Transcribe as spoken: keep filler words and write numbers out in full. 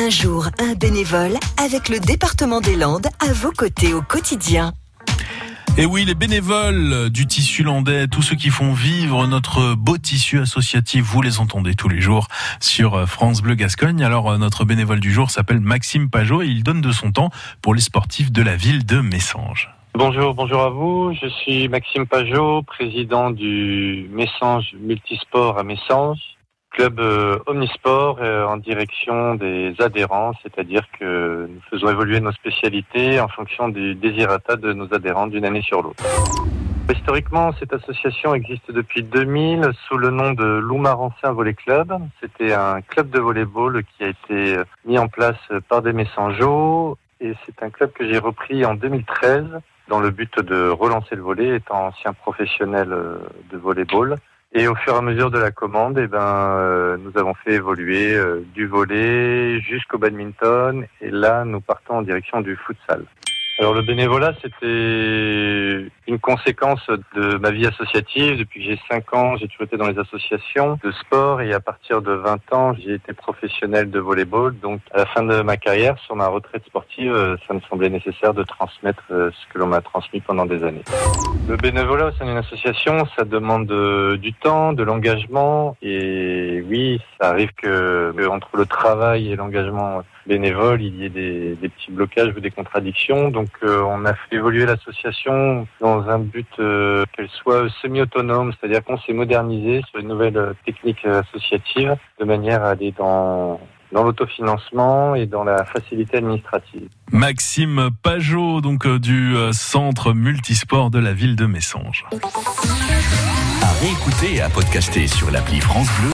Un jour, un bénévole avec le département des Landes à vos côtés au quotidien. Et oui, les bénévoles du tissu landais, tous ceux qui font vivre notre beau tissu associatif, vous les entendez tous les jours sur France Bleu Gascogne. Alors, notre bénévole du jour s'appelle Maxime Pajot et il donne de son temps pour les sportifs de la ville de Messanges. Bonjour, bonjour à vous. Je suis Maxime Pajot, président du Messanges Multisport à Messanges, club euh, omnisport euh, en direction des adhérents, c'est-à-dire que nous faisons évoluer nos spécialités en fonction des désirata de nos adhérents d'une année sur l'autre. Historiquement, cette association existe depuis deux mille sous le nom de Loumarancin Volley Club. C'était un club de volley-ball qui a été mis en place par des Messangeaux et c'est un club que j'ai repris en deux mille treize dans le but de relancer le volley, étant ancien professionnel de volley-ball. Et au fur et à mesure de la commande, eh ben, euh, nous avons fait évoluer euh, du volley jusqu'au badminton. Et là, nous partons en direction du futsal. Alors le bénévolat, c'était une conséquence de ma vie associative. Depuis que j'ai cinq ans, j'ai toujours été dans les associations de sport et à partir de vingt ans, j'ai été professionnel de volley-ball. Donc à la fin de ma carrière, sur ma retraite sportive, ça me semblait nécessaire de transmettre ce que l'on m'a transmis pendant des années. Le bénévolat au sein d'une association, ça demande du temps, de l'engagement et oui, ça arrive que, que entre le travail et l'engagement bénévole, il y ait des, des petits blocages ou des contradictions. Donc euh, on a fait évoluer l'association dans un but euh, qu'elle soit semi-autonome, c'est-à-dire qu'on s'est modernisé sur une nouvelle technique associative de manière à aller dans dans l'autofinancement et dans la facilité administrative. Maxime Pajot, donc euh, du euh, centre multisport de la ville de Messanges. À réécouter et à podcaster sur l'appli France Bleu.